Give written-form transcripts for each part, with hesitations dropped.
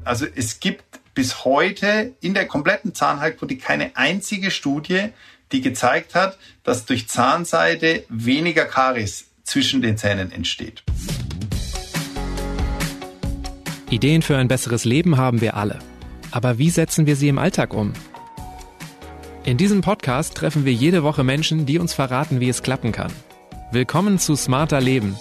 Also es gibt bis heute in der kompletten Zahnheilkunde keine einzige Studie, die gezeigt hat, dass durch Zahnseide weniger Karies zwischen den Zähnen entsteht. Ideen für ein besseres Leben haben wir alle. Aber wie setzen wir sie im Alltag um? In diesem Podcast treffen wir jede Woche Menschen, die uns verraten, wie es klappen kann. Willkommen zu Smarter Leben.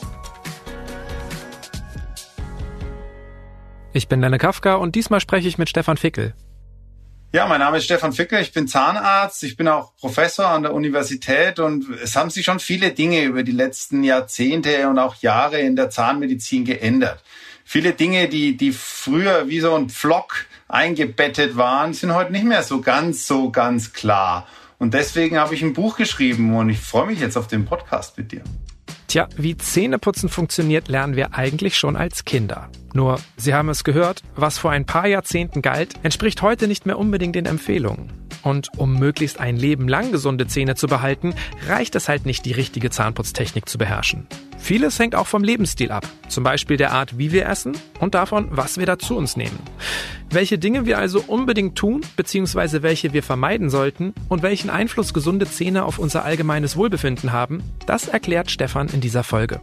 Ich bin Lenne Kafka und diesmal spreche ich mit Stefan Fickel. Ja, mein Name ist Stefan Fickel, ich bin Zahnarzt, ich bin auch Professor an der Universität und es haben sich schon viele Dinge über die letzten Jahrzehnte und auch Jahre in der Zahnmedizin geändert. Viele Dinge, die früher wie so ein Pflock eingebettet waren, sind heute nicht mehr so ganz klar. Und deswegen habe ich ein Buch geschrieben und ich freue mich jetzt auf den Podcast mit dir. Tja, wie Zähneputzen funktioniert, lernen wir eigentlich schon als Kinder. Nur, Sie haben es gehört, was vor ein paar Jahrzehnten galt, entspricht heute nicht mehr unbedingt den Empfehlungen. Und um möglichst ein Leben lang gesunde Zähne zu behalten, reicht es halt nicht, die richtige Zahnputztechnik zu beherrschen. Vieles hängt auch vom Lebensstil ab, zum Beispiel der Art, wie wir essen und davon, was wir da zu uns nehmen. Welche Dinge wir also unbedingt tun, beziehungsweise welche wir vermeiden sollten und welchen Einfluss gesunde Zähne auf unser allgemeines Wohlbefinden haben, das erklärt Stefan in dieser Folge.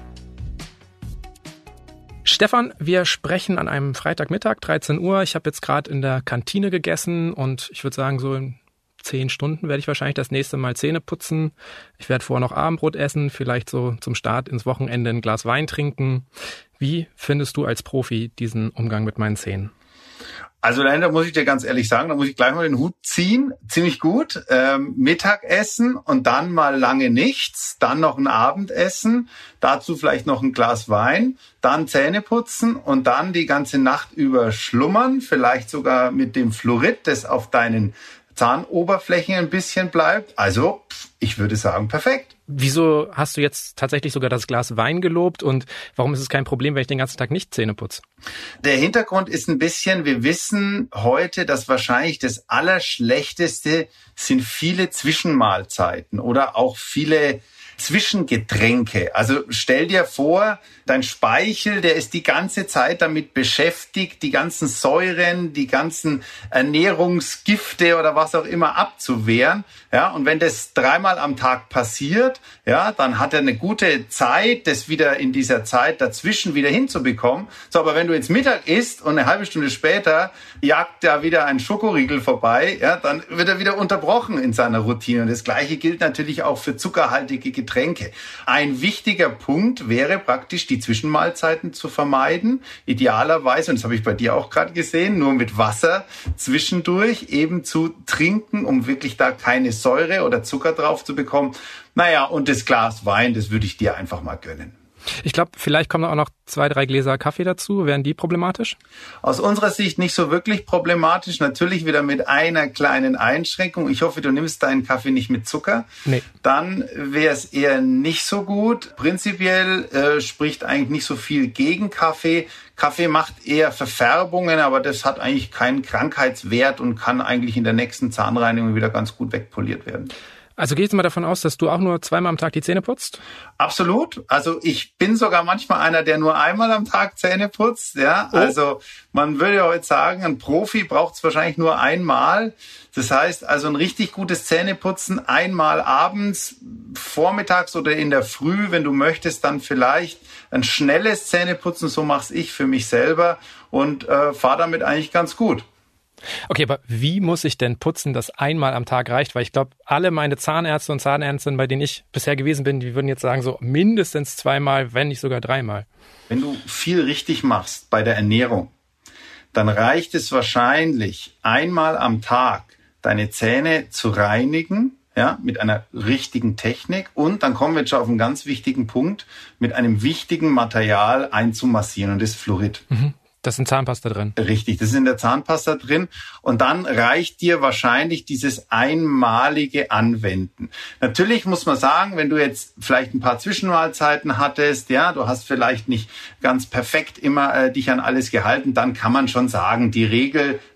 Stefan, wir sprechen an einem Freitagmittag, 13 Uhr. Ich habe jetzt gerade in der Kantine gegessen und ich würde sagen, so in 10 Stunden werde ich wahrscheinlich das nächste Mal Zähne putzen. Ich werde vorher noch Abendbrot essen, vielleicht so zum Start ins Wochenende ein Glas Wein trinken. Wie findest du als Profi diesen Umgang mit meinen Zähnen? Also da muss ich dir ganz ehrlich sagen, da muss ich gleich mal den Hut ziehen. Ziemlich gut. Mittagessen und dann mal lange nichts. Dann noch ein Abendessen. Dazu vielleicht noch ein Glas Wein. Dann Zähne putzen und dann die ganze Nacht über schlummern. Vielleicht sogar mit dem Fluorid, das auf deinen Zahnoberflächen ein bisschen bleibt. Also, ich würde sagen, perfekt. Wieso hast du jetzt tatsächlich sogar das Glas Wein gelobt und warum ist es kein Problem, wenn ich den ganzen Tag nicht Zähne putze? Der Hintergrund ist ein bisschen, wir wissen heute, dass wahrscheinlich das Allerschlechteste sind viele Zwischenmahlzeiten oder auch viele Zwischengetränke. Also stell dir vor, dein Speichel, der ist die ganze Zeit damit beschäftigt, die ganzen Säuren, die ganzen Ernährungsgifte oder was auch immer abzuwehren. Ja, und wenn das 3-mal am Tag passiert, ja, dann hat er eine gute Zeit, das wieder in dieser Zeit dazwischen wieder hinzubekommen. So, aber wenn du jetzt Mittag isst und eine halbe Stunde später jagt da wieder ein Schokoriegel vorbei, ja, dann wird er wieder unterbrochen in seiner Routine. Und das Gleiche gilt natürlich auch für zuckerhaltige Getränke. Ein wichtiger Punkt wäre praktisch, die Zwischenmahlzeiten zu vermeiden. Idealerweise, und das habe ich bei dir auch gerade gesehen, nur mit Wasser zwischendurch eben zu trinken, um wirklich da keine Säure oder Zucker drauf zu bekommen. Naja, und das Glas Wein, das würde ich dir einfach mal gönnen. Ich glaube, vielleicht kommen auch noch 2-3 Gläser Kaffee dazu. Wären die problematisch? Aus unserer Sicht nicht so wirklich problematisch. Natürlich wieder mit einer kleinen Einschränkung. Ich hoffe, du nimmst deinen Kaffee nicht mit Zucker. Nee. Dann wäre es eher nicht so gut. Prinzipiell spricht eigentlich nicht so viel gegen Kaffee. Kaffee macht eher Verfärbungen, aber das hat eigentlich keinen Krankheitswert und kann eigentlich in der nächsten Zahnreinigung wieder ganz gut wegpoliert werden. Also geh jetzt mal davon aus, dass du auch nur 2-mal am Tag die Zähne putzt? Absolut. Also ich bin sogar manchmal einer, der nur einmal am Tag Zähne putzt. Ja, oh. Also man würde ja heute sagen, ein Profi braucht es wahrscheinlich nur einmal. Das heißt also ein richtig gutes Zähneputzen einmal abends, vormittags oder in der Früh, wenn du möchtest, dann vielleicht ein schnelles Zähneputzen. So mache ich für mich selber und fahre damit eigentlich ganz gut. Okay, aber wie muss ich denn putzen, dass einmal am Tag reicht? Weil ich glaube, alle meine Zahnärzte und Zahnärztinnen, bei denen ich bisher gewesen bin, die würden jetzt sagen, so mindestens 2-mal, wenn nicht sogar 3-mal. Wenn du viel richtig machst bei der Ernährung, dann reicht es wahrscheinlich einmal am Tag, deine Zähne zu reinigen, ja, mit einer richtigen Technik. Und dann kommen wir jetzt schon auf einen ganz wichtigen Punkt, mit einem wichtigen Material einzumassieren, und das ist Fluorid. Das ist in Zahnpasta drin. Richtig, das ist in der Zahnpasta drin. Und dann reicht dir wahrscheinlich dieses einmalige Anwenden. Natürlich muss man sagen, wenn du jetzt vielleicht ein paar Zwischenmahlzeiten hattest, ja, du hast vielleicht nicht ganz perfekt immer dich an alles gehalten, dann kann man schon sagen, die Regel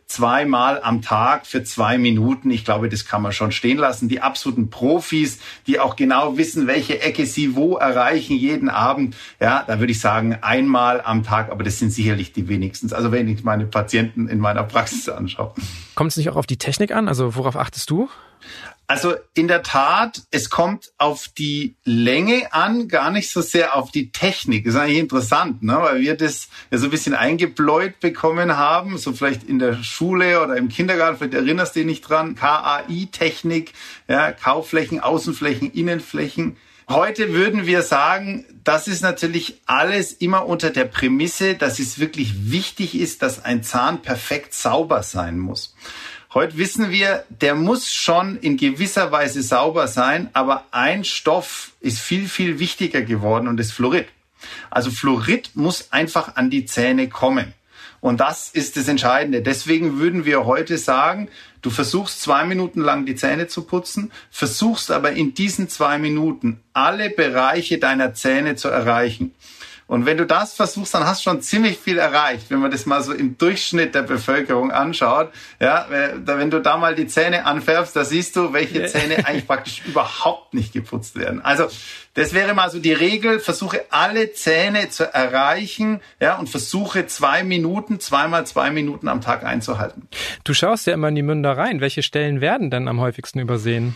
2-mal am Tag für 2 Minuten. Ich glaube, das kann man schon stehen lassen. Die absoluten Profis, die auch genau wissen, welche Ecke sie wo erreichen jeden Abend. Ja, da würde ich sagen, 1-mal am Tag, aber das sind sicherlich die wenigsten. Also wenn ich meine Patienten in meiner Praxis anschaue. Kommt es nicht auch auf die Technik an? Also worauf achtest du? Also in der Tat, es kommt auf die Länge an, gar nicht so sehr auf die Technik. Das ist eigentlich interessant, ne? Weil wir das ja so ein bisschen eingebläut bekommen haben, so vielleicht in der Schule oder im Kindergarten, vielleicht erinnerst du dich nicht dran, KAI-Technik, ja, Kauflächen, Außenflächen, Innenflächen. Heute würden wir sagen, das ist natürlich alles immer unter der Prämisse, dass es wirklich wichtig ist, dass ein Zahn perfekt sauber sein muss. Heute wissen wir, der muss schon in gewisser Weise sauber sein, aber ein Stoff ist viel, viel wichtiger geworden und ist Fluorid. Also Fluorid muss einfach an die Zähne kommen. Und das ist das Entscheidende. Deswegen würden wir heute sagen, du versuchst 2 Minuten lang die Zähne zu putzen, versuchst aber in diesen 2 Minuten alle Bereiche deiner Zähne zu erreichen. Und wenn du das versuchst, dann hast du schon ziemlich viel erreicht, wenn man das mal so im Durchschnitt der Bevölkerung anschaut. Ja, wenn du da mal die Zähne anfärbst, da siehst du, welche Zähne eigentlich praktisch überhaupt nicht geputzt werden. Also das wäre mal so die Regel, versuche alle Zähne zu erreichen, ja, und versuche 2 Minuten, 2-mal 2 Minuten am Tag einzuhalten. Du schaust ja immer in die Münder rein. Welche Stellen werden denn am häufigsten übersehen?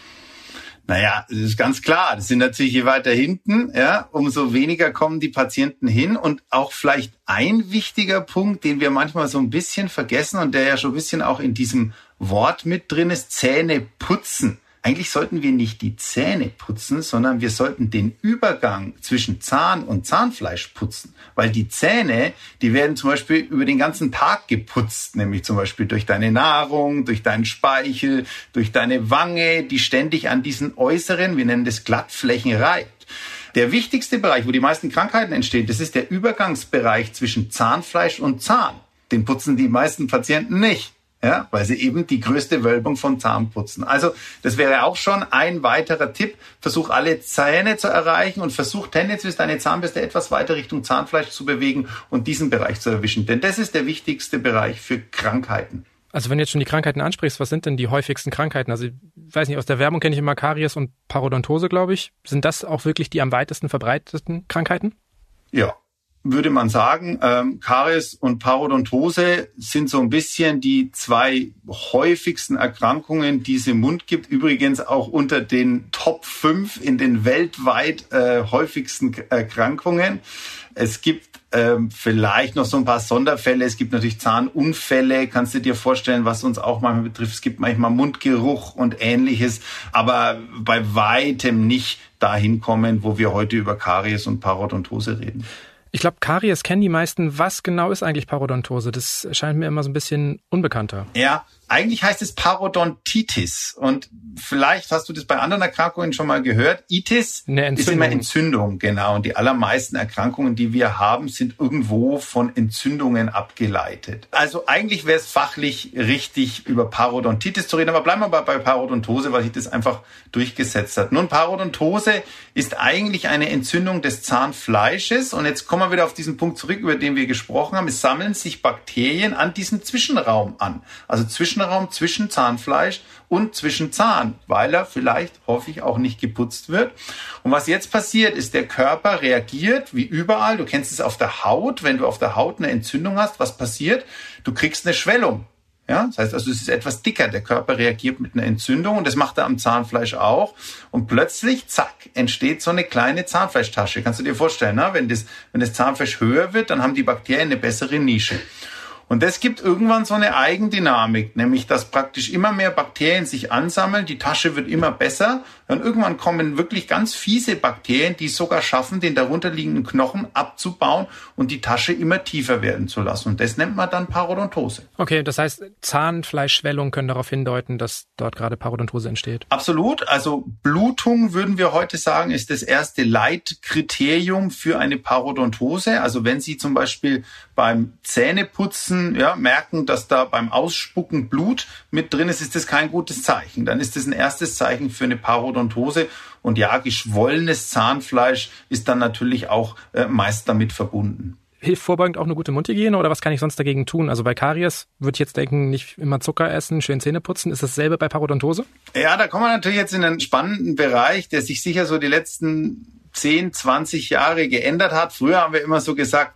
Naja, das ist ganz klar. Das sind natürlich je weiter hinten, ja, umso weniger kommen die Patienten hin. Und auch vielleicht ein wichtiger Punkt, den wir manchmal so ein bisschen vergessen und der ja schon ein bisschen auch in diesem Wort mit drin ist, Zähne putzen. Eigentlich sollten wir nicht die Zähne putzen, sondern wir sollten den Übergang zwischen Zahn und Zahnfleisch putzen. Weil die Zähne, die werden zum Beispiel über den ganzen Tag geputzt, nämlich zum Beispiel durch deine Nahrung, durch deinen Speichel, durch deine Wange, die ständig an diesen äußeren, wir nennen das Glattflächen, reibt. Der wichtigste Bereich, wo die meisten Krankheiten entstehen, das ist der Übergangsbereich zwischen Zahnfleisch und Zahn. Den putzen die meisten Patienten nicht. Ja, weil sie eben die größte Wölbung von Zahn putzen. Also das wäre auch schon ein weiterer Tipp. Versuch alle Zähne zu erreichen und versuch tendenziell deine Zahnbürste etwas weiter Richtung Zahnfleisch zu bewegen und diesen Bereich zu erwischen. Denn das ist der wichtigste Bereich für Krankheiten. Also wenn du jetzt schon die Krankheiten ansprichst, was sind denn die häufigsten Krankheiten? Also ich weiß nicht, aus der Werbung kenne ich immer Karies und Parodontose, glaube ich. Sind das auch wirklich die am weitesten verbreiteten Krankheiten? Ja. Würde man sagen, Karies und Parodontose sind so ein bisschen die 2 häufigsten Erkrankungen, die es im Mund gibt. Übrigens auch unter den Top 5 in den weltweit häufigsten Erkrankungen. Es gibt vielleicht noch so ein paar Sonderfälle. Es gibt natürlich Zahnunfälle, kannst du dir vorstellen, was uns auch manchmal betrifft. Es gibt manchmal Mundgeruch und Ähnliches, aber bei weitem nicht dahin kommen, wo wir heute über Karies und Parodontose reden. Ich glaube, Karies kennen die meisten. Was genau ist eigentlich Parodontose? Das scheint mir immer so ein bisschen unbekannter. Ja, eigentlich heißt es Parodontitis. Und vielleicht hast du das bei anderen Erkrankungen schon mal gehört. Itis ist immer Entzündung, genau. Und die allermeisten Erkrankungen, die wir haben, sind irgendwo von Entzündungen abgeleitet. Also eigentlich wäre es fachlich richtig, über Parodontitis zu reden. Aber bleiben wir mal bei Parodontose, weil sich das einfach durchgesetzt hat. Nun, Parodontose ist eigentlich eine Entzündung des Zahnfleisches. Und jetzt kommen wir wieder auf diesen Punkt zurück, über den wir gesprochen haben. Es sammeln sich Bakterien an diesem Zwischenraum an. Also Zwischenraum zwischen Zahnfleisch und zwischen Zahn, weil er vielleicht häufig auch nicht geputzt wird. Und was jetzt passiert, ist, der Körper reagiert wie überall. Du kennst es auf der Haut. Wenn du auf der Haut eine Entzündung hast, was passiert? Du kriegst eine Schwellung. Ja, das heißt also, es ist etwas dicker. Der Körper reagiert mit einer Entzündung und das macht er am Zahnfleisch auch. Und plötzlich, zack, entsteht so eine kleine Zahnfleischtasche. Kannst du dir vorstellen, ne? Wenn das Zahnfleisch höher wird, dann haben die Bakterien eine bessere Nische. Und das gibt irgendwann so eine Eigendynamik, nämlich dass praktisch immer mehr Bakterien sich ansammeln, die Tasche wird immer besser und irgendwann kommen wirklich ganz fiese Bakterien, die es sogar schaffen, den darunterliegenden Knochen abzubauen und die Tasche immer tiefer werden zu lassen. Und das nennt man dann Parodontose. Okay, das heißt, Zahnfleischschwellungen können darauf hindeuten, dass dort gerade Parodontose entsteht. Absolut. Also Blutung, würden wir heute sagen, ist das erste Leitkriterium für eine Parodontose. Also wenn Sie zum Beispiel beim Zähneputzen merken, dass da beim Ausspucken Blut mit drin ist, ist das kein gutes Zeichen. Dann ist das ein erstes Zeichen für eine Parodontose. Und ja, geschwollenes Zahnfleisch ist dann natürlich auch meist damit verbunden. Hilft vorbeugend auch eine gute Mundhygiene oder was kann ich sonst dagegen tun? Also bei Karies würde ich jetzt denken, nicht immer Zucker essen, schön Zähne putzen. Ist dasselbe bei Parodontose? Ja, da kommen wir natürlich jetzt in einen spannenden Bereich, der sich sicher so die letzten 10, 20 Jahre geändert hat. Früher haben wir immer so gesagt,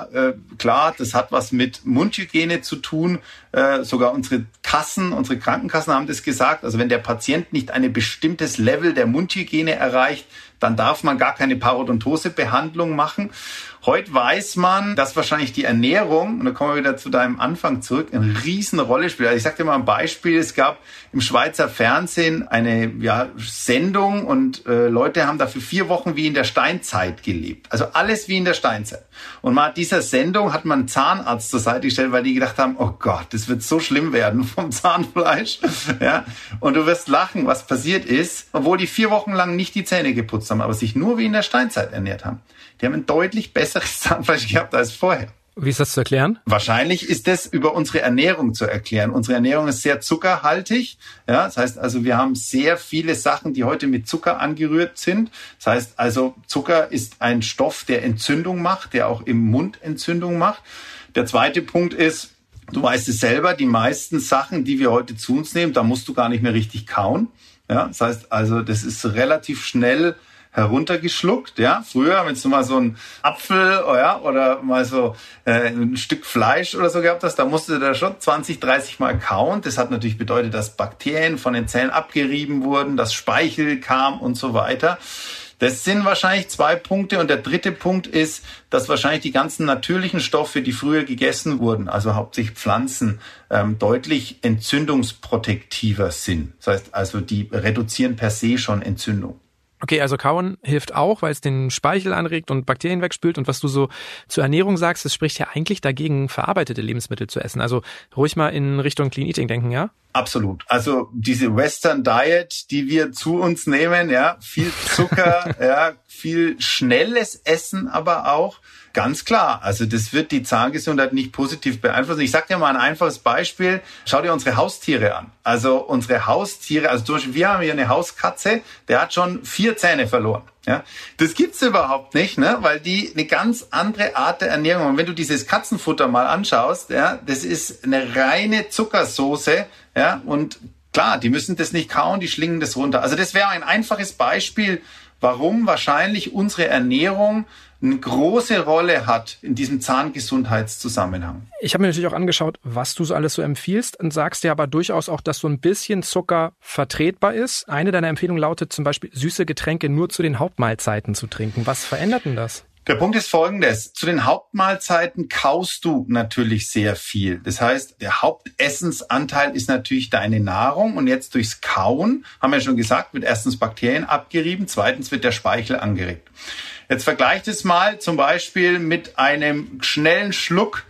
klar, das hat was mit Mundhygiene zu tun. Sogar unsere Krankenkassen haben das gesagt. Also wenn der Patient nicht ein bestimmtes Level der Mundhygiene erreicht, dann darf man gar keine Parodontosebehandlung machen. Heute weiß man, dass wahrscheinlich die Ernährung, und da kommen wir wieder zu deinem Anfang zurück, eine Riesenrolle spielt. Also ich sage dir mal ein Beispiel, es gab im Schweizer Fernsehen eine Sendung und Leute haben dafür 4 Wochen wie in der Steinzeit gelebt. Also alles wie in der Steinzeit. Und mal dieser Sendung hat man einen Zahnarzt zur Seite gestellt, weil die gedacht haben, oh Gott, das wird so schlimm werden vom Zahnfleisch. Ja? Und du wirst lachen, was passiert ist, obwohl die 4 Wochen lang nicht die Zähne geputzt haben, aber sich nur wie in der Steinzeit ernährt haben. Die haben ein deutlich besseres Zahnfleisch gehabt als vorher. Wie ist das zu erklären? Wahrscheinlich ist das über unsere Ernährung zu erklären. Unsere Ernährung ist sehr zuckerhaltig. Ja, das heißt also, wir haben sehr viele Sachen, die heute mit Zucker angerührt sind. Das heißt also, Zucker ist ein Stoff, der Entzündung macht, der auch im Mund Entzündung macht. Der zweite Punkt ist, du weißt es selber, die meisten Sachen, die wir heute zu uns nehmen, da musst du gar nicht mehr richtig kauen. Ja, das heißt also, das ist relativ schnell heruntergeschluckt, ja. Früher, wenn du mal so einen Apfel, oder mal so ein Stück Fleisch oder so gehabt hast, da musst du da schon 20, 30 Mal kauen. Das hat natürlich bedeutet, dass Bakterien von den Zellen abgerieben wurden, dass Speichel kam und so weiter. Das sind wahrscheinlich 2 Punkte. Und der dritte Punkt ist, dass wahrscheinlich die ganzen natürlichen Stoffe, die früher gegessen wurden, also hauptsächlich Pflanzen, deutlich entzündungsprotektiver sind. Das heißt also, die reduzieren per se schon Entzündung. Okay, also Kauen hilft auch, weil es den Speichel anregt und Bakterien wegspült. Und was du so zur Ernährung sagst, das spricht ja eigentlich dagegen, verarbeitete Lebensmittel zu essen. Also ruhig mal in Richtung Clean Eating denken, ja? Absolut. Also diese Western Diet, die wir zu uns nehmen, ja, viel Zucker, ja, viel schnelles Essen aber auch. Ganz klar, also das wird die Zahngesundheit nicht positiv beeinflussen. Ich sage dir mal ein einfaches Beispiel. Schau dir unsere Haustiere an. Also unsere Haustiere, also zum Beispiel wir haben hier eine Hauskatze, der hat schon 4 Zähne verloren. Ja, das gibt's überhaupt nicht, ne, weil die eine ganz andere Art der Ernährung. Und wenn du dieses Katzenfutter mal anschaust, ja, das ist eine reine Zuckersoße, ja, und klar, die müssen das nicht kauen, die schlingen das runter. Also das wäre ein einfaches Beispiel, warum wahrscheinlich unsere Ernährung eine große Rolle hat in diesem Zahngesundheitszusammenhang. Ich habe mir natürlich auch angeschaut, was du so alles so empfiehlst und sagst ja aber durchaus auch, dass so ein bisschen Zucker vertretbar ist. Eine deiner Empfehlungen lautet zum Beispiel, süße Getränke nur zu den Hauptmahlzeiten zu trinken. Was verändert denn das? Der Punkt ist folgendes. Zu den Hauptmahlzeiten kaust du natürlich sehr viel. Das heißt, der Hauptessensanteil ist natürlich deine Nahrung. Und jetzt durchs Kauen, haben wir schon gesagt, wird erstens Bakterien abgerieben, zweitens wird der Speichel angeregt. Jetzt vergleicht es mal zum Beispiel mit einem schnellen Schluck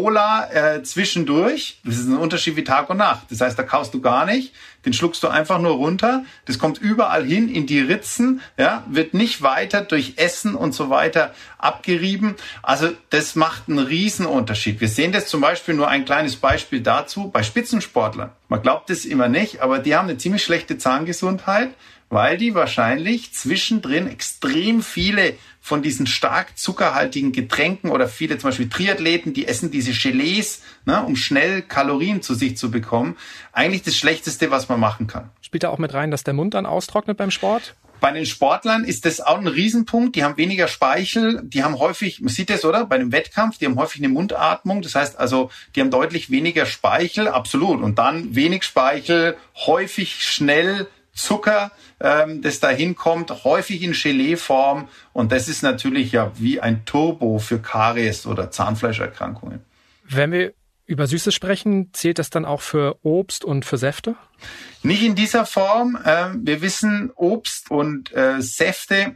Cola zwischendurch. Das ist ein Unterschied wie Tag und Nacht. Das heißt, da kaust du gar nicht, den schluckst du einfach nur runter. Das kommt überall hin in die Ritzen, ja, wird nicht weiter durch Essen und so weiter abgerieben. Also das macht einen Riesenunterschied. Wir sehen das zum Beispiel, nur ein kleines Beispiel dazu, bei Spitzensportlern. Man glaubt es immer nicht, aber die haben eine ziemlich schlechte Zahngesundheit, weil die wahrscheinlich zwischendrin extrem viele von diesen stark zuckerhaltigen Getränken oder viele zum Beispiel Triathleten, die essen diese Gelees, ne, um schnell Kalorien zu sich zu bekommen. Eigentlich das Schlechteste, was man machen kann. Spielt da auch mit rein, dass der Mund dann austrocknet beim Sport? Bei den Sportlern ist das auch ein Riesenpunkt. Die haben weniger Speichel, die haben häufig, man sieht das, oder? Bei einem Wettkampf, die haben häufig eine Mundatmung. Das heißt also, die haben deutlich weniger Speichel, absolut. Und dann wenig Speichel, häufig schnell Zucker, das da hinkommt, häufig in Gelee-Form. Und das ist natürlich ja wie ein Turbo für Karies oder Zahnfleischerkrankungen. Wenn wir über Süßes sprechen, zählt das dann auch für Obst und für Säfte? Nicht in dieser Form. Wir wissen, Obst und Säfte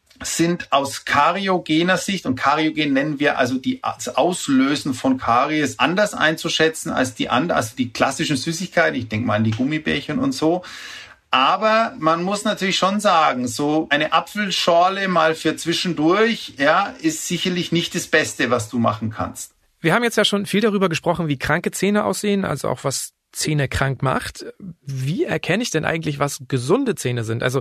sind aus kariogener Sicht, und kariogen nennen wir also das Auslösen von Karies, anders einzuschätzen als die klassischen Süßigkeiten. Ich denke mal an die Gummibärchen und so. Aber man muss natürlich schon sagen, so eine Apfelschorle mal für zwischendurch, ja, ist sicherlich nicht das Beste, was du machen kannst. Wir haben jetzt ja schon viel darüber gesprochen, wie kranke Zähne aussehen, also auch was Zähne krank macht. Wie erkenne ich denn eigentlich, was gesunde Zähne sind? Also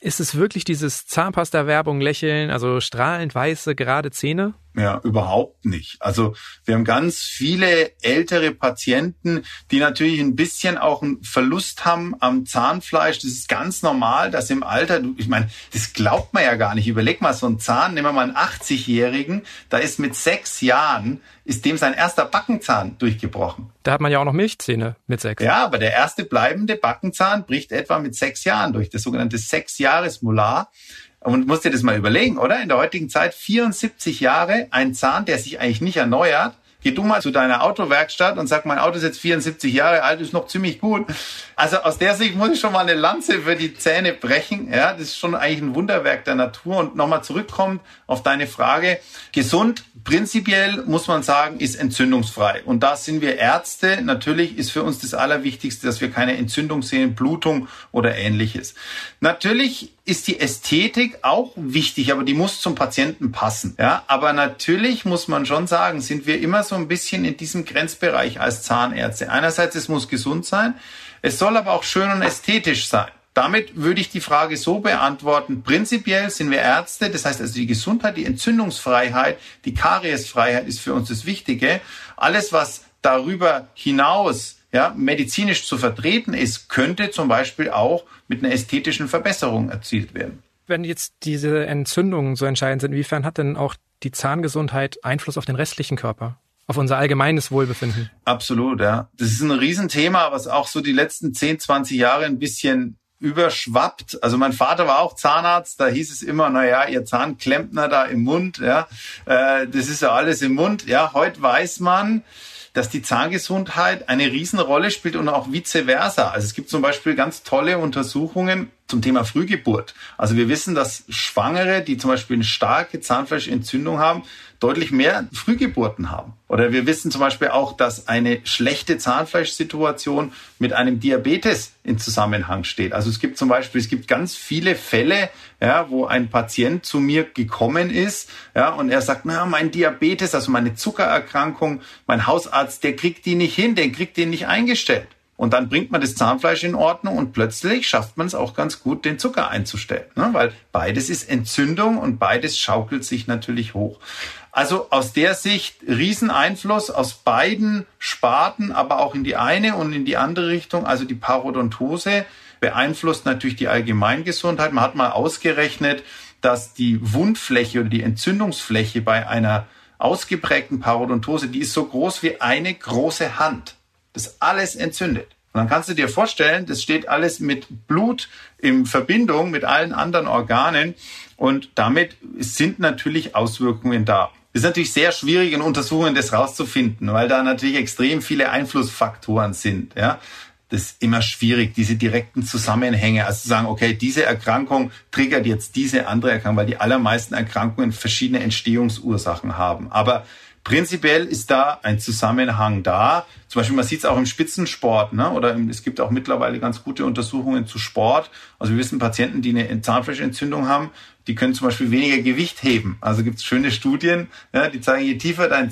Ist es wirklich dieses Zahnpasta-Werbung, Lächeln, also strahlend weiße, gerade Zähne? Ja, überhaupt nicht. Also wir haben ganz viele ältere Patienten, die natürlich ein bisschen auch einen Verlust haben am Zahnfleisch. Das ist ganz normal, dass im Alter, ich meine, das glaubt man ja gar nicht. Überleg mal, so ein Zahn, nehmen wir mal einen 80-Jährigen, da ist mit 6 Jahren, ist dem sein erster Backenzahn durchgebrochen. Da hat man ja auch noch Milchzähne mit 6. Ja, aber der erste bleibende Backenzahn bricht etwa mit 6 Jahren durch, das sogenannte 6-Jahres-Molar. Und musst dir das mal überlegen, oder? In der heutigen Zeit 74 Jahre, ein Zahn, der sich eigentlich nicht erneuert. Geh du mal zu deiner Autowerkstatt und sag, mein Auto ist jetzt 74 Jahre alt, ist noch ziemlich gut. Also aus der Sicht muss ich schon mal eine Lanze für die Zähne brechen. Ja, das ist schon eigentlich ein Wunderwerk der Natur. Und nochmal zurückkommt auf deine Frage. Gesund, prinzipiell muss man sagen, ist entzündungsfrei. Und da sind wir Ärzte. Natürlich ist für uns das Allerwichtigste, dass wir keine Entzündung sehen, Blutung oder Ähnliches. Natürlich ist die Ästhetik auch wichtig, aber die muss zum Patienten passen. Ja, aber natürlich muss man schon sagen, sind wir immer so ein bisschen in diesem Grenzbereich als Zahnärzte. Einerseits, es muss gesund sein, es soll aber auch schön und ästhetisch sein. Damit würde ich die Frage so beantworten, prinzipiell sind wir Ärzte, das heißt also die Gesundheit, die Entzündungsfreiheit, die Kariesfreiheit ist für uns das Wichtige. Alles, was darüber hinaus medizinisch zu vertreten ist, könnte zum Beispiel auch mit einer ästhetischen Verbesserung erzielt werden. Wenn jetzt diese Entzündungen so entscheidend sind, inwiefern hat denn auch die Zahngesundheit Einfluss auf den restlichen Körper? Auf unser allgemeines Wohlbefinden? Absolut, ja. Das ist ein Riesenthema, was auch so die letzten 10, 20 Jahre ein bisschen überschwappt. Also mein Vater war auch Zahnarzt, da hieß es immer, naja, ihr Zahnklempner da im Mund, ja, das ist ja alles im Mund. Ja, heute weiß man, dass die Zahngesundheit eine Riesenrolle spielt und auch vice versa. Also es gibt zum Beispiel ganz tolle Untersuchungen zum Thema Frühgeburt. Also wir wissen, dass Schwangere, die zum Beispiel eine starke Zahnfleischentzündung haben, deutlich mehr Frühgeburten haben. Oder wir wissen zum Beispiel auch, dass eine schlechte Zahnfleischsituation mit einem Diabetes in Zusammenhang steht. Also es gibt ganz viele Fälle, ja, wo ein Patient zu mir gekommen ist, ja, und er sagt, na, mein Diabetes, also meine Zuckererkrankung, mein Hausarzt, der kriegt die nicht hin, der kriegt den nicht eingestellt. Und dann bringt man das Zahnfleisch in Ordnung und plötzlich schafft man es auch ganz gut, den Zucker einzustellen. Ne? Weil beides ist Entzündung und beides schaukelt sich natürlich hoch. Also aus der Sicht Rieseneinfluss aus beiden Sparten, aber auch in die eine und in die andere Richtung. Also die Parodontose beeinflusst natürlich die Allgemeingesundheit. Man hat mal ausgerechnet, dass die Wundfläche oder die Entzündungsfläche bei einer ausgeprägten Parodontose, die ist so groß wie eine große Hand. Das alles entzündet. Und dann kannst du dir vorstellen, das steht alles mit Blut in Verbindung mit allen anderen Organen und damit sind natürlich Auswirkungen da. Es ist natürlich sehr schwierig in Untersuchungen das rauszufinden, weil da natürlich extrem viele Einflussfaktoren sind. Ja, das ist immer schwierig, diese direkten Zusammenhänge, also zu sagen, okay, diese Erkrankung triggert jetzt diese andere Erkrankung, weil die allermeisten Erkrankungen verschiedene Entstehungsursachen haben. Aber prinzipiell ist da ein Zusammenhang da. Zum Beispiel, man sieht es auch im Spitzensport, ne? Oder es gibt auch mittlerweile ganz gute Untersuchungen zu Sport. Also wir wissen, Patienten, die eine Zahnfleischentzündung haben, die können zum Beispiel weniger Gewicht heben. Also gibt es schöne Studien, ja, die zeigen, je tiefer deine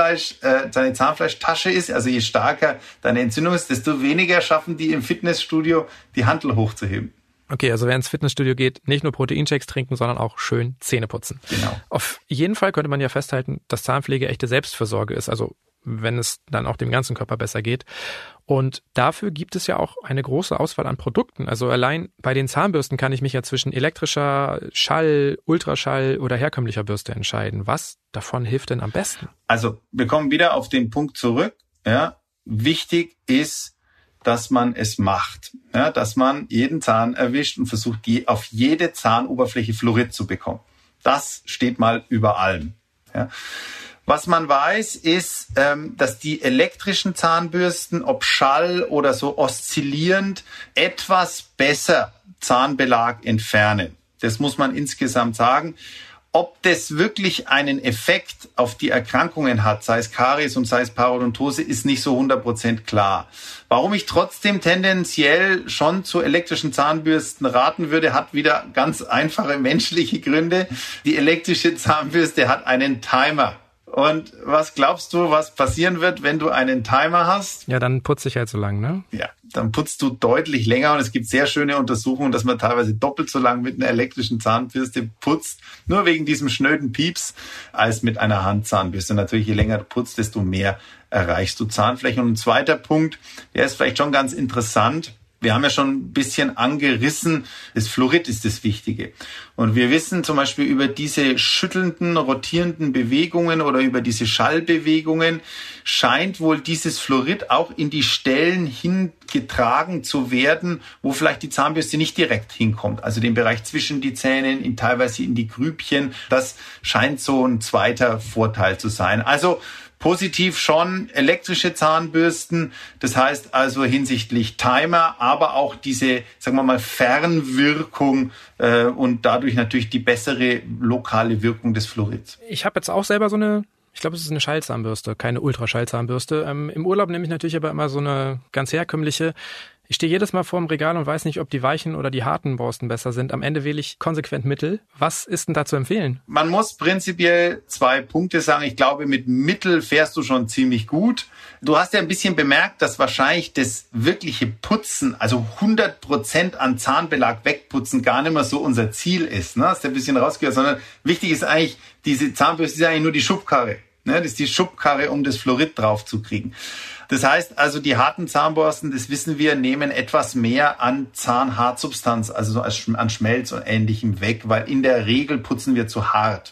Zahnfleischtasche ist, also je stärker deine Entzündung ist, desto weniger schaffen die im Fitnessstudio, die Hantel hochzuheben. Okay, also wer ins Fitnessstudio geht, nicht nur Proteinshakes trinken, sondern auch schön Zähne putzen. Genau. Auf jeden Fall könnte man ja festhalten, dass Zahnpflege echte Selbstfürsorge ist, also wenn es dann auch dem ganzen Körper besser geht. Und dafür gibt es ja auch eine große Auswahl an Produkten. Also allein bei den Zahnbürsten kann ich mich ja zwischen elektrischer, Schall, Ultraschall oder herkömmlicher Bürste entscheiden. Was davon hilft denn am besten? Also wir kommen wieder auf den Punkt zurück. Ja, wichtig ist, dass man es macht, ja, dass man jeden Zahn erwischt und versucht, auf jede Zahnoberfläche Fluorid zu bekommen. Das steht mal über allem. Ja. Was man weiß, ist, dass die elektrischen Zahnbürsten, ob Schall oder so oszillierend, etwas besser Zahnbelag entfernen. Das muss man insgesamt sagen. Ob das wirklich einen Effekt auf die Erkrankungen hat, sei es Karies und sei es Parodontose, ist nicht so 100% klar. Warum ich trotzdem tendenziell schon zu elektrischen Zahnbürsten raten würde, hat wieder ganz einfache menschliche Gründe. Die elektrische Zahnbürste hat einen Timer. Und was glaubst du, was passieren wird, wenn du einen Timer hast? Ja, dann putze ich halt so lang, ne? Ja, dann putzt du deutlich länger und es gibt sehr schöne Untersuchungen, dass man teilweise doppelt so lang mit einer elektrischen Zahnbürste putzt, nur wegen diesem schnöden Pieps, als mit einer Handzahnbürste. Natürlich, je länger du putzt, desto mehr erreichst du Zahnfläche. Und ein zweiter Punkt, der ist vielleicht schon ganz interessant. Wir haben ja schon ein bisschen angerissen, das Fluorid ist das Wichtige. Und wir wissen zum Beispiel über diese schüttelnden, rotierenden Bewegungen oder über diese Schallbewegungen scheint wohl dieses Fluorid auch in die Stellen hingetragen zu werden, wo vielleicht die Zahnbürste nicht direkt hinkommt. Also den Bereich zwischen die Zähnen, teilweise in die Grübchen. Das scheint so ein zweiter Vorteil zu sein. Also positiv schon elektrische Zahnbürsten, das heißt also hinsichtlich Timer, aber auch diese, sagen wir mal, Fernwirkung und dadurch natürlich die bessere lokale Wirkung des Fluorids. Ich habe jetzt auch selber so eine, ich glaube, es ist eine Schallzahnbürste, keine Ultraschallzahnbürste. Im Urlaub nehme ich natürlich aber immer so eine ganz herkömmliche. Ich stehe jedes Mal vor dem Regal und weiß nicht, ob die weichen oder die harten Borsten besser sind. Am Ende wähle ich konsequent Mittel. Was ist denn da zu empfehlen? Man muss prinzipiell 2 Punkte sagen. Ich glaube, mit Mittel fährst du schon ziemlich gut. Du hast ja ein bisschen bemerkt, dass wahrscheinlich das wirkliche Putzen, also 100% an Zahnbelag wegputzen, gar nicht mehr so unser Ziel ist. Ne? Hast du ein bisschen rausgehört, sondern wichtig ist eigentlich, diese Zahnbürste ist eigentlich nur die Schubkarre. Ne? Das ist die Schubkarre, um das Fluorid drauf zu kriegen. Das heißt also, die harten Zahnborsten, das wissen wir, nehmen etwas mehr an Zahnhartsubstanz, also so an Schmelz und Ähnlichem weg, weil in der Regel putzen wir zu hart.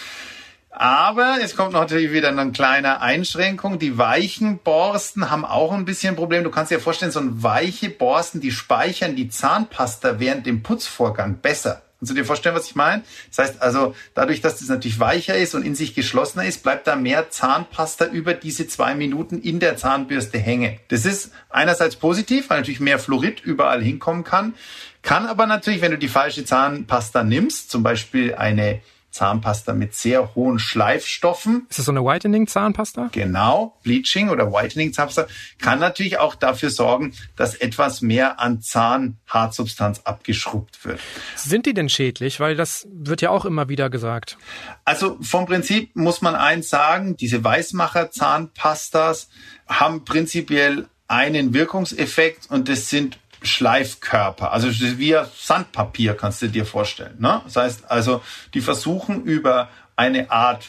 Aber es kommt natürlich wieder eine kleine Einschränkung. Die weichen Borsten haben auch ein bisschen ein Problem. Du kannst dir vorstellen, so weiche Borsten, die speichern die Zahnpasta während dem Putzvorgang besser. Kannst du dir vorstellen, was ich meine? Das heißt also, dadurch, dass das natürlich weicher ist und in sich geschlossener ist, bleibt da mehr Zahnpasta über diese 2 Minuten in der Zahnbürste hängen. Das ist einerseits positiv, weil natürlich mehr Fluorid überall hinkommen kann. Kann aber natürlich, wenn du die falsche Zahnpasta nimmst, zum Beispiel eine Zahnpasta mit sehr hohen Schleifstoffen. Ist das so eine Whitening-Zahnpasta? Genau, Bleaching oder Whitening-Zahnpasta kann natürlich auch dafür sorgen, dass etwas mehr an Zahnhartsubstanz abgeschrubbt wird. Sind die denn schädlich? Weil das wird ja auch immer wieder gesagt. Also vom Prinzip muss man eins sagen, diese Weißmacher-Zahnpastas haben prinzipiell einen Wirkungseffekt und das sind Schleifkörper, also wie Sandpapier kannst du dir vorstellen. Ne? Das heißt also, die versuchen über eine Art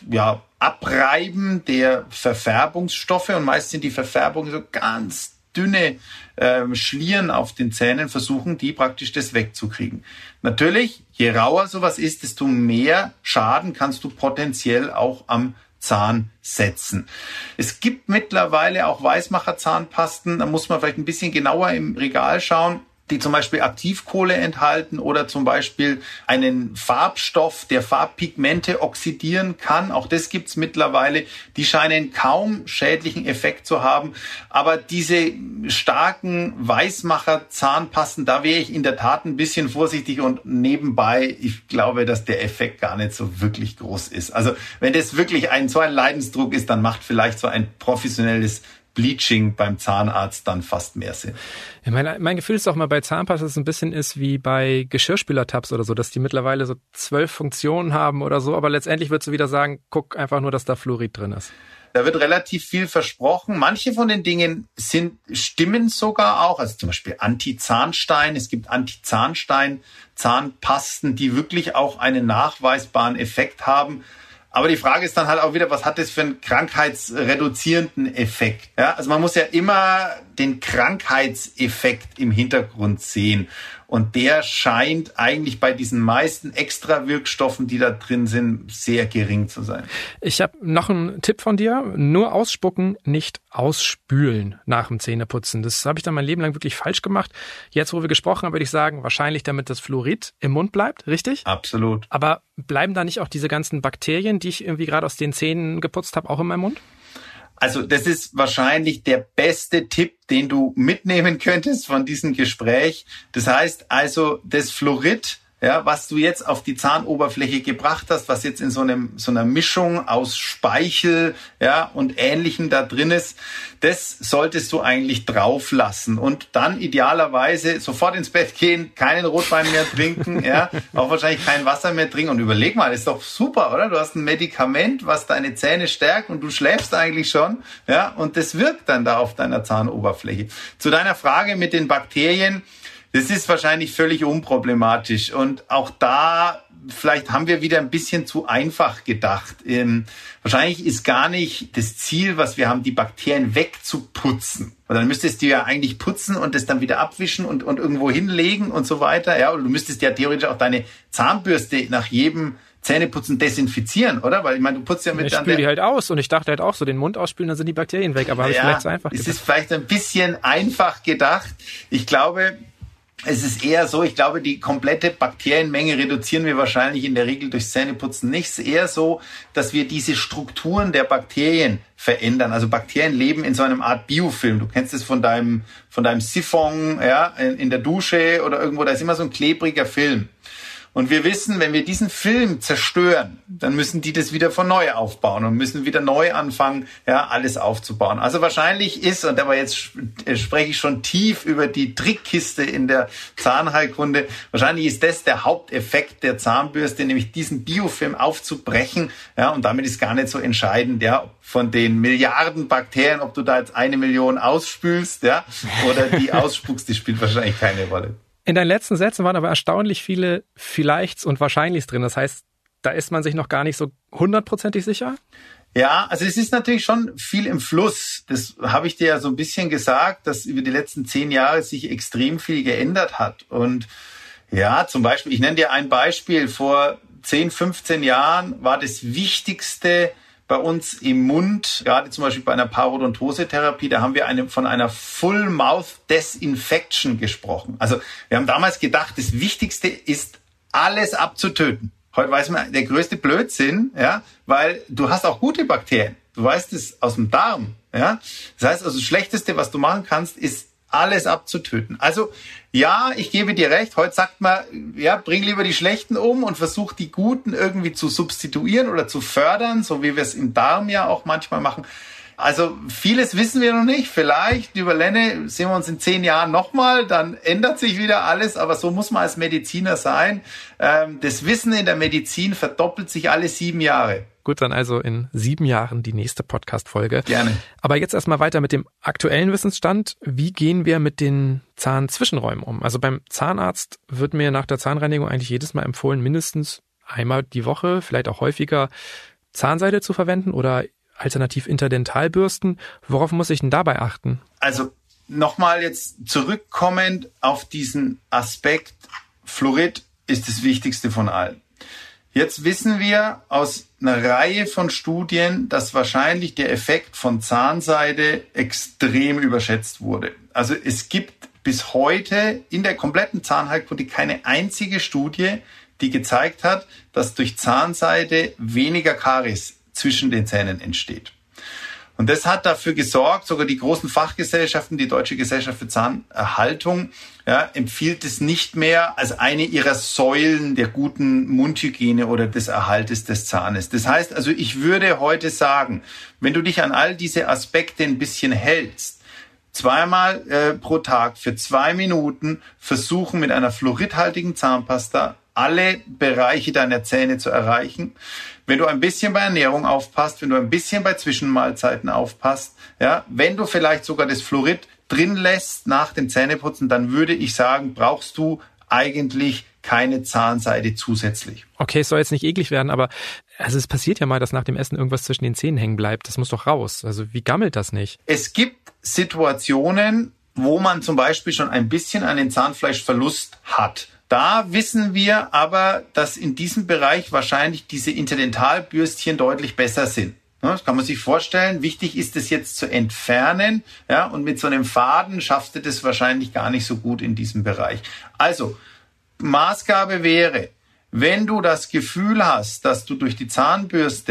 Abreiben der Verfärbungsstoffe und meist sind die Verfärbungen so ganz dünne Schlieren auf den Zähnen, versuchen die praktisch das wegzukriegen. Natürlich, je rauer sowas ist, desto mehr Schaden kannst du potenziell auch am Zahn setzen. Es gibt mittlerweile auch Weißmacher-Zahnpasten, da muss man vielleicht ein bisschen genauer im Regal schauen, die zum Beispiel Aktivkohle enthalten oder zum Beispiel einen Farbstoff, der Farbpigmente oxidieren kann. Auch das gibt's mittlerweile. Die scheinen kaum schädlichen Effekt zu haben. Aber diese starken Weißmacher-Zahnpasten, da wäre ich in der Tat ein bisschen vorsichtig und nebenbei, ich glaube, dass der Effekt gar nicht so wirklich groß ist. Also wenn das wirklich so ein Leidensdruck ist, dann macht vielleicht so ein professionelles Bleaching beim Zahnarzt dann fast mehr Sinn. Ja, mein Gefühl ist auch mal bei Zahnpasta, dass es ein bisschen ist wie bei Geschirrspülertabs oder so, dass die mittlerweile so 12 Funktionen haben oder so, aber letztendlich würdest du wieder sagen, guck einfach nur, dass da Fluorid drin ist. Da wird relativ viel versprochen. Manche von den Dingen stimmen sogar auch, also zum Beispiel Anti-Zahnstein. Es gibt Anti-Zahnstein-Zahnpasten, die wirklich auch einen nachweisbaren Effekt haben. Aber die Frage ist dann halt auch wieder, was hat das für einen krankheitsreduzierenden Effekt? Ja, also man muss ja immer den Krankheitseffekt im Hintergrund sehen. Und der scheint eigentlich bei diesen meisten Extrawirkstoffen, die da drin sind, sehr gering zu sein. Ich habe noch einen Tipp von dir. Nur ausspucken, nicht ausspülen nach dem Zähneputzen. Das habe ich dann mein Leben lang wirklich falsch gemacht. Jetzt, wo wir gesprochen haben, würde ich sagen, wahrscheinlich damit das Fluorid im Mund bleibt, richtig? Absolut. Aber bleiben da nicht auch diese ganzen Bakterien, die ich irgendwie gerade aus den Zähnen geputzt habe, auch in meinem Mund? Also das ist wahrscheinlich der beste Tipp, den du mitnehmen könntest von diesem Gespräch. Das heißt also, das Fluorid ja, was du jetzt auf die Zahnoberfläche gebracht hast, was jetzt in so einer Mischung aus Speichel, ja, und Ähnlichem da drin ist, das solltest du eigentlich drauf lassen und dann idealerweise sofort ins Bett gehen, keinen Rotwein mehr trinken, ja, auch wahrscheinlich kein Wasser mehr trinken und überleg mal, das ist doch super, oder? Du hast ein Medikament, was deine Zähne stärkt und du schläfst eigentlich schon, ja, und das wirkt dann da auf deiner Zahnoberfläche. Zu deiner Frage mit den Bakterien, das ist wahrscheinlich völlig unproblematisch und auch da, vielleicht haben wir wieder ein bisschen zu einfach gedacht. Wahrscheinlich ist gar nicht das Ziel, was wir haben, die Bakterien wegzuputzen. Weil dann müsstest du ja eigentlich putzen und das dann wieder abwischen und irgendwo hinlegen und so weiter. Ja, oder du müsstest ja theoretisch auch deine Zahnbürste nach jedem Zähneputzen desinfizieren, oder? Weil ich meine, du putzt ja mit... Ich spüle die halt aus und ich dachte halt auch so, den Mund ausspülen, dann sind die Bakterien weg. Aber habe ich vielleicht zu einfach gedacht. Es ist vielleicht ein bisschen einfach gedacht. Ich glaube... Es ist eher so, ich glaube, die komplette Bakterienmenge reduzieren wir wahrscheinlich in der Regel durchs Zähneputzen nicht. Es ist eher so, dass wir diese Strukturen der Bakterien verändern. Also Bakterien leben in so einem Art Biofilm. Du kennst es von deinem Siphon, ja, in der Dusche oder irgendwo, da ist immer so ein klebriger Film. Und wir wissen, wenn wir diesen Film zerstören, dann müssen die das wieder von neu aufbauen und müssen wieder neu anfangen, ja, alles aufzubauen. Also wahrscheinlich ist, und aber jetzt spreche ich schon tief über die Trickkiste in der Zahnheilkunde, wahrscheinlich ist das der Haupteffekt der Zahnbürste, nämlich diesen Biofilm aufzubrechen, ja, und damit ist gar nicht so entscheidend, ja, von den Milliarden Bakterien, ob du da jetzt 1 Million ausspülst, ja, oder die ausspuckst, die spielt wahrscheinlich keine Rolle. In deinen letzten Sätzen waren aber erstaunlich viele Vielleichts und Wahrscheinlichs drin. Das heißt, da ist man sich noch gar nicht so 100%ig sicher? Ja, also es ist natürlich schon viel im Fluss. Das habe ich dir ja so ein bisschen gesagt, dass über die letzten 10 Jahre sich extrem viel geändert hat. Und ja, zum Beispiel, ich nenne dir ein Beispiel. Vor 10, 15 Jahren war das Wichtigste bei uns im Mund, gerade zum Beispiel bei einer Parodontose-Therapie, da haben wir von einer Full-Mouth-Disinfection gesprochen. Also wir haben damals gedacht, das Wichtigste ist, alles abzutöten. Heute weiß man, der größte Blödsinn, ja, weil du hast auch gute Bakterien. Du weißt es aus dem Darm, ja. Das heißt, also das Schlechteste, was du machen kannst, ist alles abzutöten. Also ja, ich gebe dir recht. Heute sagt man, ja, bring lieber die Schlechten um und versuch die Guten irgendwie zu substituieren oder zu fördern, so wie wir es im Darm ja auch manchmal machen. Also vieles wissen wir noch nicht. Vielleicht, lieber Lenne, sehen wir uns in 10 Jahren nochmal, dann ändert sich wieder alles. Aber so muss man als Mediziner sein. Das Wissen in der Medizin verdoppelt sich alle 7 Jahre. Gut, dann also in 7 Jahren die nächste Podcast-Folge. Gerne. Aber jetzt erstmal weiter mit dem aktuellen Wissensstand. Wie gehen wir mit den Zahnzwischenräumen um? Also beim Zahnarzt wird mir nach der Zahnreinigung eigentlich jedes Mal empfohlen, mindestens einmal die Woche, vielleicht auch häufiger, Zahnseide zu verwenden oder alternativ Interdentalbürsten. Worauf muss ich denn dabei achten? Also nochmal jetzt zurückkommend auf diesen Aspekt, Fluorid ist das Wichtigste von allen. Jetzt wissen wir aus einer Reihe von Studien, dass wahrscheinlich der Effekt von Zahnseide extrem überschätzt wurde. Also es gibt bis heute in der kompletten Zahnheilkunde keine einzige Studie, die gezeigt hat, dass durch Zahnseide weniger Karies zwischen den Zähnen entsteht. Und das hat dafür gesorgt, sogar die großen Fachgesellschaften, die Deutsche Gesellschaft für Zahnerhaltung, ja, empfiehlt es nicht mehr als eine ihrer Säulen der guten Mundhygiene oder des Erhaltes des Zahnes. Das heißt also, ich würde heute sagen, wenn du dich an all diese Aspekte ein bisschen hältst, 2-mal pro Tag für 2 Minuten versuchen mit einer fluoridhaltigen Zahnpasta alle Bereiche deiner Zähne zu erreichen. Wenn du ein bisschen bei Ernährung aufpasst, wenn du ein bisschen bei Zwischenmahlzeiten aufpasst, ja, wenn du vielleicht sogar das Fluorid drin lässt nach dem Zähneputzen, dann würde ich sagen, brauchst du eigentlich keine Zahnseide zusätzlich. Okay, es soll jetzt nicht eklig werden, aber also es passiert ja mal, dass nach dem Essen irgendwas zwischen den Zähnen hängen bleibt. Das muss doch raus. Also wie gammelt das nicht? Es gibt Situationen, wo man zum Beispiel schon ein bisschen einen Zahnfleischverlust hat. Da wissen wir aber, dass in diesem Bereich wahrscheinlich diese Interdentalbürstchen deutlich besser sind. Das kann man sich vorstellen. Wichtig ist es jetzt zu entfernen. Ja, und mit so einem Faden schaffst du das wahrscheinlich gar nicht so gut in diesem Bereich. Also, Maßgabe wäre, wenn du das Gefühl hast, dass du durch die Zahnbürste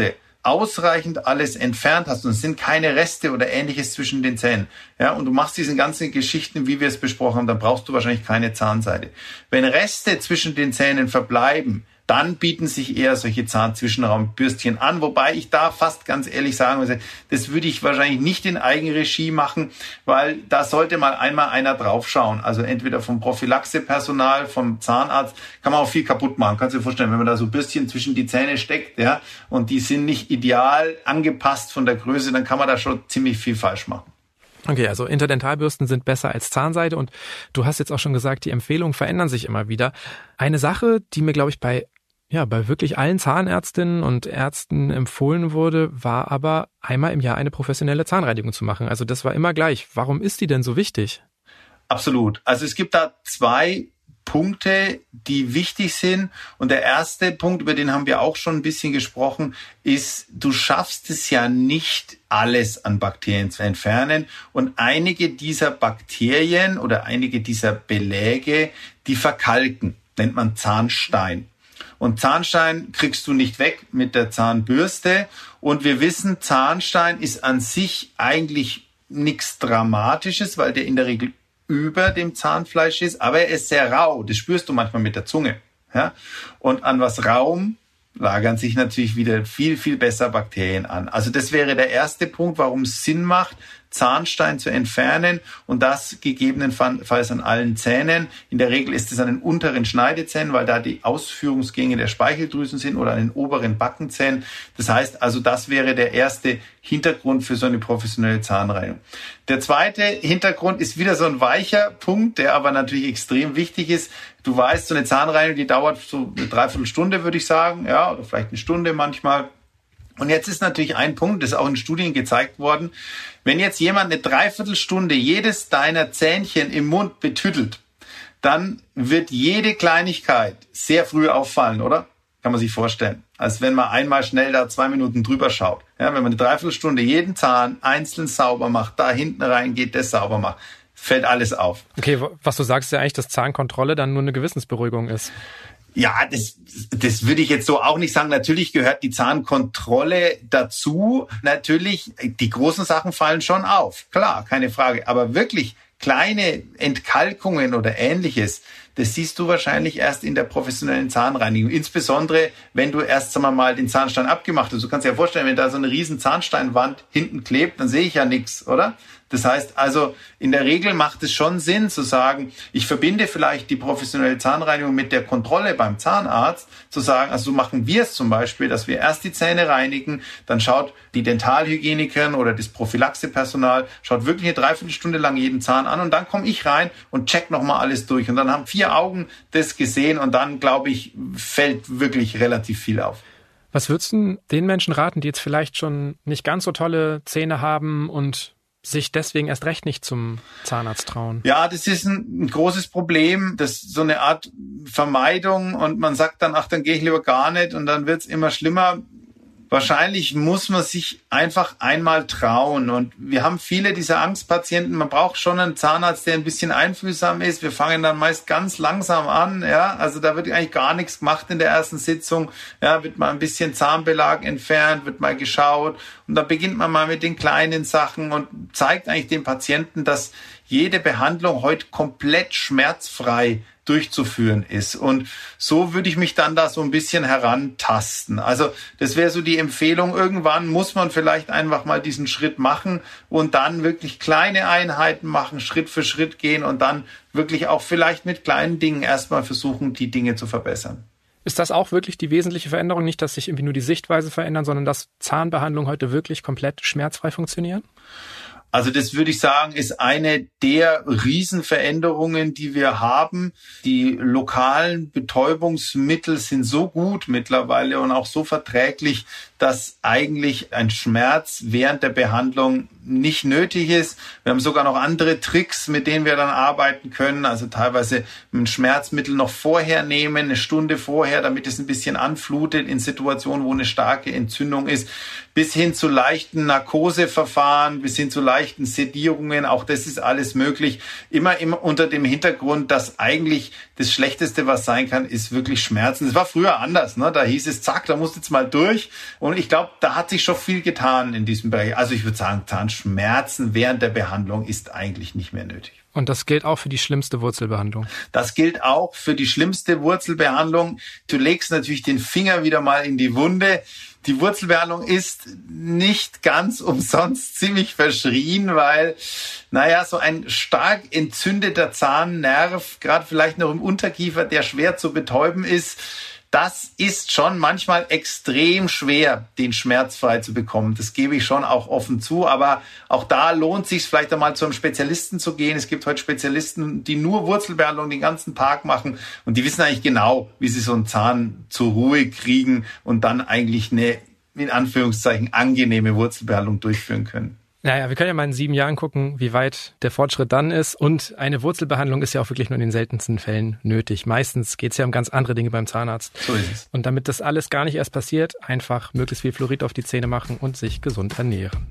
ausreichend alles entfernt hast und es sind keine Reste oder Ähnliches zwischen den Zähnen, ja, und du machst diese ganzen Geschichten, wie wir es besprochen haben, dann brauchst du wahrscheinlich keine Zahnseide. Wenn Reste zwischen den Zähnen verbleiben, dann bieten sich eher solche Zahnzwischenraumbürstchen an, wobei ich da fast ganz ehrlich sagen muss, das würde ich wahrscheinlich nicht in Eigenregie machen, weil da sollte mal einmal einer draufschauen. Also entweder vom Prophylaxepersonal, vom Zahnarzt, kann man auch viel kaputt machen. Kannst du dir vorstellen, wenn man da so Bürstchen zwischen die Zähne steckt, ja, und die sind nicht ideal angepasst von der Größe, dann kann man da schon ziemlich viel falsch machen. Okay, also Interdentalbürsten sind besser als Zahnseide und du hast jetzt auch schon gesagt, die Empfehlungen verändern sich immer wieder. Eine Sache, die mir, glaube ich, bei wirklich allen Zahnärztinnen und Ärzten empfohlen wurde, war aber einmal im Jahr eine professionelle Zahnreinigung zu machen. Also das war immer gleich. Warum ist die denn so wichtig? Absolut. Also es gibt da 2 Punkte, die wichtig sind. Und der erste Punkt, über den haben wir auch schon ein bisschen gesprochen, ist, du schaffst es ja nicht, alles an Bakterien zu entfernen. Und einige dieser Bakterien oder einige dieser Beläge, die verkalken, nennt man Zahnstein. Und Zahnstein kriegst du nicht weg mit der Zahnbürste. Und wir wissen, Zahnstein ist an sich eigentlich nichts Dramatisches, weil der in der Regel über dem Zahnfleisch ist. Aber er ist sehr rau. Das spürst du manchmal mit der Zunge. Ja? Und an was rauem lagern sich natürlich wieder viel, viel besser Bakterien an. Also das wäre der erste Punkt, warum es Sinn macht, Zahnstein zu entfernen und das gegebenenfalls an allen Zähnen. In der Regel ist es an den unteren Schneidezähnen, weil da die Ausführungsgänge der Speicheldrüsen sind oder an den oberen Backenzähnen. Das heißt also, das wäre der erste Hintergrund für so eine professionelle Zahnreinigung. Der zweite Hintergrund ist wieder so ein weicher Punkt, der aber natürlich extrem wichtig ist. Du weißt, so eine Zahnreinigung, die dauert so eine Dreiviertelstunde, würde ich sagen, ja, oder vielleicht eine Stunde manchmal. Und jetzt ist natürlich ein Punkt, das ist auch in Studien gezeigt worden, wenn jetzt jemand eine Dreiviertelstunde jedes deiner Zähnchen im Mund betüttelt, dann wird jede Kleinigkeit sehr früh auffallen, oder? Kann man sich vorstellen. Als wenn man einmal schnell da 2 Minuten drüber schaut. Ja, wenn man eine Dreiviertelstunde jeden Zahn einzeln sauber macht, da hinten reingeht, das sauber macht, fällt alles auf. Okay, was du sagst, ist ja eigentlich, dass Zahnkontrolle dann nur eine Gewissensberuhigung ist. Ja, das würde ich jetzt so auch nicht sagen. Natürlich gehört die Zahnkontrolle dazu. Natürlich, die großen Sachen fallen schon auf. Klar, keine Frage. Aber wirklich kleine Entkalkungen oder Ähnliches, das siehst du wahrscheinlich erst in der professionellen Zahnreinigung. Insbesondere, wenn du erst, sagen wir mal, den Zahnstein abgemacht hast. Du kannst dir ja vorstellen, wenn da so eine riesen Zahnsteinwand hinten klebt, dann sehe ich ja nichts, oder? Das heißt also, in der Regel macht es schon Sinn zu sagen, ich verbinde vielleicht die professionelle Zahnreinigung mit der Kontrolle beim Zahnarzt, zu sagen, also so machen wir es zum Beispiel, dass wir erst die Zähne reinigen, dann schaut die Dentalhygienikerin oder das Prophylaxepersonal, schaut wirklich eine Dreiviertelstunde lang jeden Zahn an und dann komme ich rein und check nochmal alles durch. Und dann haben 4 Augen das gesehen und dann, glaube ich, fällt wirklich relativ viel auf. Was würdest du den Menschen raten, die jetzt vielleicht schon nicht ganz so tolle Zähne haben und sich deswegen erst recht nicht zum Zahnarzt trauen? Ja, das ist ein großes Problem. Das ist so eine Art Vermeidung und man sagt dann, ach, dann gehe ich lieber gar nicht und dann wird's immer schlimmer. Wahrscheinlich muss man sich einfach einmal trauen. Und wir haben viele dieser Angstpatienten. Man braucht schon einen Zahnarzt, der ein bisschen einfühlsam ist. Wir fangen dann meist ganz langsam an. Ja, also da wird eigentlich gar nichts gemacht in der ersten Sitzung. Ja, wird mal ein bisschen Zahnbelag entfernt, wird mal geschaut. Und dann beginnt man mal mit den kleinen Sachen und zeigt eigentlich dem Patienten, dass jede Behandlung heute komplett schmerzfrei durchzuführen ist. Und so würde ich mich dann da so ein bisschen herantasten. Also das wäre so die Empfehlung. Irgendwann muss man vielleicht einfach mal diesen Schritt machen und dann wirklich kleine Einheiten machen, Schritt für Schritt gehen und dann wirklich auch vielleicht mit kleinen Dingen erstmal versuchen, die Dinge zu verbessern. Ist das auch wirklich die wesentliche Veränderung? Nicht, dass sich irgendwie nur die Sichtweise verändern, sondern dass Zahnbehandlungen heute wirklich komplett schmerzfrei funktionieren? Also das würde ich sagen, ist eine der Riesenveränderungen, die wir haben. Die lokalen Betäubungsmittel sind so gut mittlerweile und auch so verträglich, dass eigentlich ein Schmerz während der Behandlung nicht nötig ist. Wir haben sogar noch andere Tricks, mit denen wir dann arbeiten können. Also teilweise ein Schmerzmittel noch vorher nehmen, eine Stunde vorher, damit es ein bisschen anflutet in Situationen, wo eine starke Entzündung ist. bis hin zu leichten Narkoseverfahren, bis hin zu leichten Sedierungen. Auch das ist alles möglich. Immer unter dem Hintergrund, dass eigentlich das Schlechteste, was sein kann, ist wirklich Schmerzen. Es war früher anders, ne? Da hieß es, zack, da musst du jetzt mal durch. Und ich glaube, da hat sich schon viel getan in diesem Bereich. Also ich würde sagen, Zahnschmerzen während der Behandlung ist eigentlich nicht mehr nötig. Und das gilt auch für die schlimmste Wurzelbehandlung? Das gilt auch für die schlimmste Wurzelbehandlung. Du legst natürlich den Finger wieder mal in die Wunde. Die Wurzelbehandlung ist nicht ganz umsonst ziemlich verschrien, weil, so ein stark entzündeter Zahnnerv, gerade vielleicht noch im Unterkiefer, der schwer zu betäuben ist, das ist schon manchmal extrem schwer, den schmerzfrei zu bekommen. Das gebe ich schon auch offen zu. Aber auch da lohnt es sich vielleicht einmal zu einem Spezialisten zu gehen. Es gibt heute Spezialisten, die nur Wurzelbehandlung den ganzen Tag machen. Und die wissen eigentlich genau, wie sie so einen Zahn zur Ruhe kriegen und dann eigentlich eine, in Anführungszeichen, angenehme Wurzelbehandlung durchführen können. Naja, wir können ja mal in 7 Jahren gucken, wie weit der Fortschritt dann ist. Und eine Wurzelbehandlung ist ja auch wirklich nur in den seltensten Fällen nötig. Meistens geht es ja um ganz andere Dinge beim Zahnarzt. So ist es. Und damit das alles gar nicht erst passiert, einfach möglichst viel Fluorid auf die Zähne machen und sich gesund ernähren.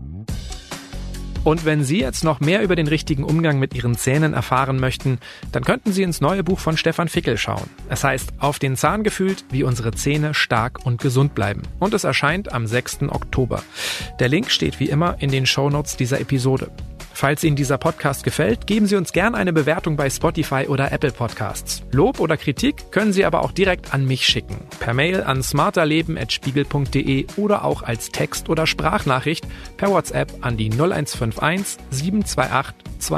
Und wenn Sie jetzt noch mehr über den richtigen Umgang mit Ihren Zähnen erfahren möchten, dann könnten Sie ins neue Buch von Stefan Fickel schauen. Es heißt Auf den Zahn gefühlt, wie unsere Zähne stark und gesund bleiben. Und es erscheint am 6. Oktober. Der Link steht wie immer in den Shownotes dieser Episode. Falls Ihnen dieser Podcast gefällt, geben Sie uns gerne eine Bewertung bei Spotify oder Apple Podcasts. Lob oder Kritik können Sie aber auch direkt an mich schicken. Per Mail an smarterleben@spiegel.de oder auch als Text- oder Sprachnachricht per WhatsApp an die 0151 728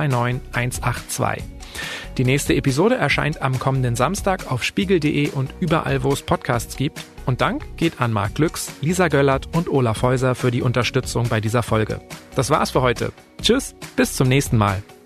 29182. Die nächste Episode erscheint am kommenden Samstag auf spiegel.de und überall, wo es Podcasts gibt. Und Dank geht an Marc Glücks, Lisa Göllert und Olaf Häuser für die Unterstützung bei dieser Folge. Das war's für heute. Tschüss, bis zum nächsten Mal.